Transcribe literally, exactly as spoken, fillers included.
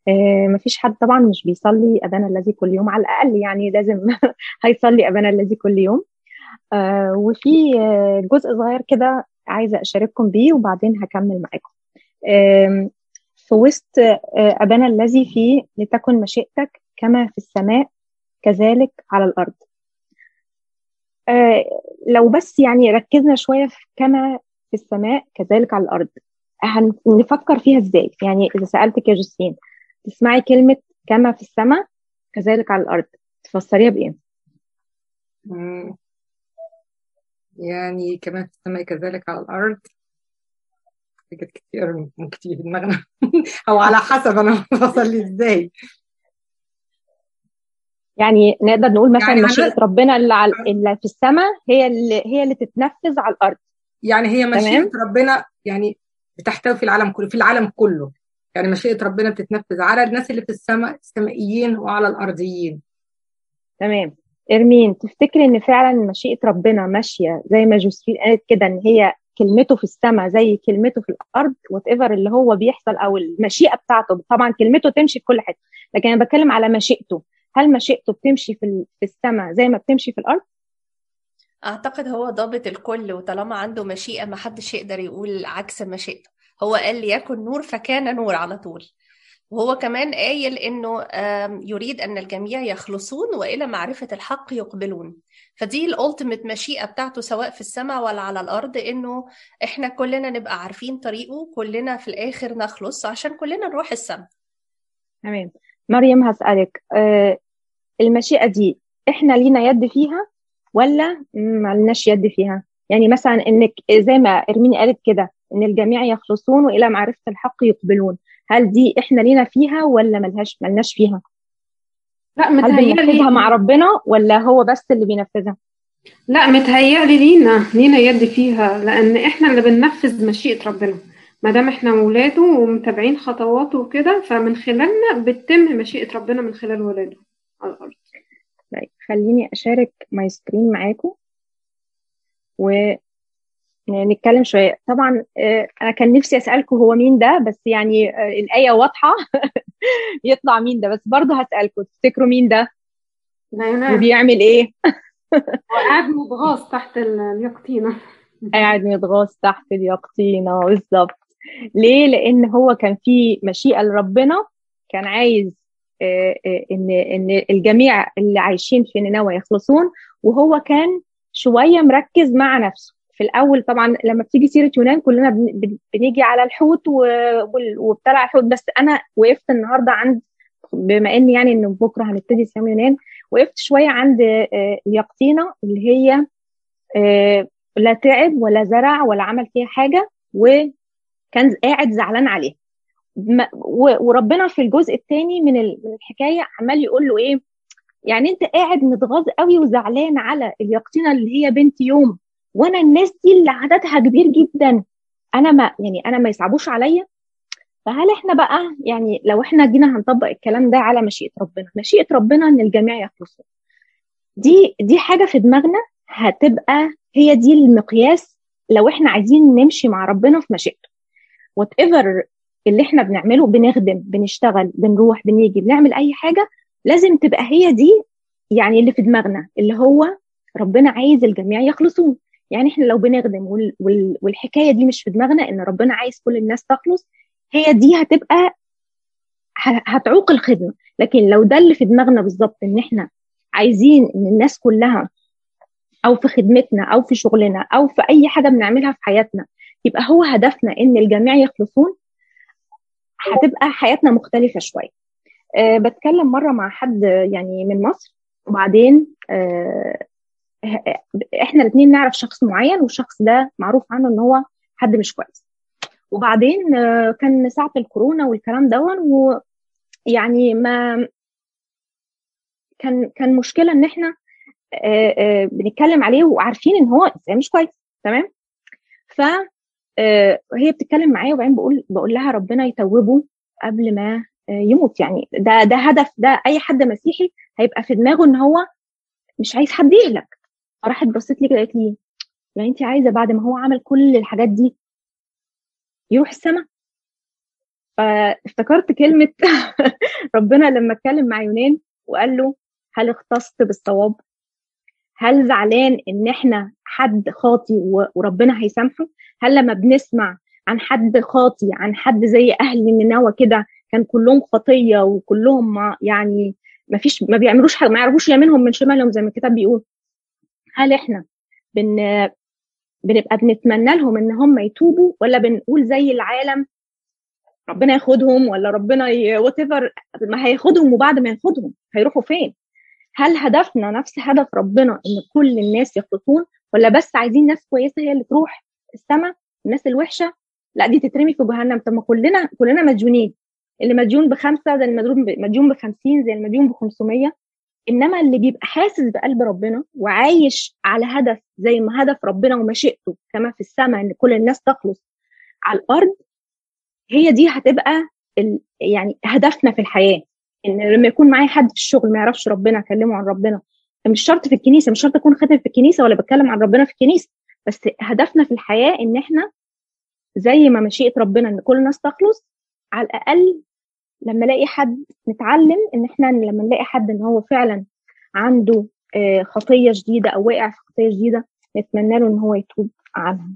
آه، مفيش حد طبعا مش بيصلي أبانا الذي كل يوم على الأقل، يعني لازم هيصلي أبانا الذي كل يوم. آه، وفي آه، جزء صغير كده عايزة أشارككم بيه وبعدين هكمل معاكم. آم، في وسط آه، أبانا الذي فيه لتكن مشيئتك كما في السماء كذلك على الأرض. آه، لو بس يعني ركزنا شوية في كما في السماء كذلك على الأرض، هنفكر فيها ازاي؟ يعني إذا سألتك يا جوسين تسمعي كلمة كما في السماء كذلك على الأرض، تفسريها بإيه؟ مم. يعني كمان في السماء كذلك على الأرض. حاجات كتير ممكن تيجي في دماغنا أو على حسب أنا بصلي إزاي. يعني نقدر نقول مثلا يعني مشيئة هن... ربنا اللي, على اللي في السماء هي اللي هي اللي تتنفذ على الأرض. يعني هي مشيئة تمام. ربنا يعني بتحتوي في العالم كله، في العالم كله. يعني مشيئة ربنا بتتنفذ على الناس اللي في السماء السمائيين وعلى الأرضيين. تمام. إرمين، تفتكري إن فعلا مشيئة ربنا ماشية زي ما جوزفين قالت كده، إن هي كلمته في السماء زي كلمته في الأرض، وات ايفر اللي هو بيحصل أو المشيئة بتاعته؟ طبعا كلمته تمشي في كل حتة، لكن أنا بتكلم على مشيئته. هل مشيئته بتمشي في ال- في السماء زي ما بتمشي في الأرض؟ أعتقد هو ضابط الكل، وطالما عنده مشيئة محدش يقدر يقول عكس مشيئته. هو قال ليكن نور فكان نور على طول. وهو كمان قايل إنه آم، يريد أن الجميع يخلصون وإلى معرفة الحق يقبلون. فدي الأولتيميت مشيئة بتاعته سواء في السماء ولا على الأرض، إنه إحنا كلنا نبقى عارفين طريقه، كلنا في الآخر نخلص عشان كلنا نروح السماء. تمام. مريم، هسألك آه، المشيئة دي احنا لينا يد فيها ولا ما لناش يد فيها؟ يعني مثلا انك زي ما ارميني قالت كده ان الجميع يخلصون والى معرفة الحق يقبلون، هل دي احنا لينا فيها ولا ملهاش ملناش فيها؟ لا هل متهيألي. بننفذها مع ربنا ولا هو بس اللي بينفذها؟ لا متهيألي لينا لينا يد فيها، لأن إحنا اللي بننفذ مشيئة ربنا. ما دام إحنا ولاده ومتابعين خطواته وكده، فمن خلالنا بتتم مشيئة ربنا من خلال ولاده على الأرض. طيب خليني اشارك ماي سكرين معاكم ونتكلم شوية. طبعا آه، انا كان نفسي اسألكم هو مين ده، بس يعني آه، الآية واضحة يطلع مين ده، بس برضه هسألكم تفتكروا مين ده لا ينام. وبيعمل ايه؟ وقاعد متغاظ تحت ال- اليقطينة. قاعد متغاص تحت اليقطينة بالظبط. ليه؟ لأن هو كان في مشيئة لربنا، كان عايز آه، آه، إن إن الجميع اللي عايشين في نينوى يخلصون، وهو كان شوية مركز مع نفسه. في الأول طبعا لما بتيجي سيرة يونان كلنا بن- بن- بنيجي على الحوت و- وال- وابتلع الحوت، بس أنا وقفت النهاردة عند، بما إن يعني إن بكرة هنبتدي سام يونان، وقفت شوية عند آه، اليقطينة اللي هي آه، لا تعب ولا زرع ولا عمل فيها حاجة، وكان قاعد زعلان عليها. ما- و- وربنا في الجزء الثاني من ال- من الحكاية عمال يقول له ايه؟ يعني انت قاعد متغاظ قوي وزعلان على اليقطينة اللي هي بنت يوم، وانا الناس دي اللي عددها كبير جدا، انا ما يعني انا ما يصعبوش عليا. فهل احنا بقى يعني لو احنا جينا هنطبق الكلام ده على مشيئة ربنا، مشيئة ربنا ان الجميع يخلصوا، دي دي حاجة في دماغنا هتبقى هي دي المقياس لو احنا عايزين نمشي مع ربنا في مشيئته. وات ايفر اللي احنا بنعمله، بنخدم، بنشتغل، بنروح، بنيجي، بنعمل اي حاجة، لازم تبقى هي دي يعني اللي في دماغنا، اللي هو ربنا عايز الجميع يخلصون. يعني احنا لو بنخدم وال وال والحكاية دي مش في دماغنا ان ربنا عايز كل الناس تخلص، هي دي هتبقى ه- هتعوق الخدمة. لكن لو ده اللي في دماغنا بالظبط، ان احنا عايزين ان الناس كلها او في خدمتنا او في شغلنا او في اي حاجه بنعملها في حياتنا يبقى هو هدفنا ان الجميع يخلصون، هتبقى حياتنا مختلفه شويه. أه بتكلم مره مع حد يعني من مصر، وبعدين أه احنا الاثنين نعرف شخص معين، والشخص ده معروف عنه ان هو حد مش كويس. وبعدين أه كان ساعه الكورونا والكلام ده، ويعني ما كان كان مشكله ان احنا أه أه بنتكلم عليه وعارفين ان هو انسان مش كويس. تمام. ف آه، هي بتتكلم معايا، وبعدين بقول بقول لها ربنا يتوبه قبل ما آه، يموت. يعني ده ده هدف، ده اي حد مسيحي هيبقى في دماغه ان هو مش عايز حد يهلك. فراحت بصت لي كده قالت لي يعني انت عايزه بعد ما هو عمل كل الحاجات دي يروح السما؟ فافتكرت كلمة ربنا لما اتكلم مع يونان وقال له هل اختصت بالصواب؟ هل زعلان ان احنا حد خاطي وربنا هيسامحه؟ هل لما بنسمع عن حد خاطي، عن حد زي اهل نينوى كده كان كلهم خطيه وكلهم يعني ما فيش ما بيعملوش حاجه، ما يعرفوش يمينهم من شمالهم زي ما الكتاب بيقول، هل احنا بن بنبقى بنتمنى لهم ان هم يتوبوا، ولا بنقول زي العالم ربنا ياخدهم، ولا ربنا وات ايفر ما هياخدهم، وبعد ما ياخدهم هيروحوا فين؟ هل هدفنا نفس هدف ربنا ان كل الناس يخلصون، ولا بس عايزين ناس كويسه هي اللي تروح السماء، الناس الوحشه لا دي تترمي في جهنم؟ طب ما كلنا كلنا مديونين، اللي مديون بخمسه زي المديون مديون بخمسين زي المديون بخمسمية. انما اللي بيبقى حاسس بقلب ربنا وعايش على هدف زي ما هدف ربنا ومشيئته كما في السماء ان كل الناس تخلص على الارض، هي دي هتبقى ال... يعني هدفنا في الحياه. ان لما يكون معايا حد في الشغل ما يعرفش ربنا اكلمه عن ربنا، مش شرط في الكنيسه، مش شرط اكون خادم في الكنيسه ولا بتكلم عن ربنا في الكنيسه، بس هدفنا في الحياه ان احنا زي ما مشيئه ربنا ان كل الناس تخلص، على الاقل لما الاقي حد نتعلم ان احنا لما نلاقي حد ان هو فعلا عنده خطيه جديده او واقع في خطيه جديده نتمنى له ان هو يتوب عنها.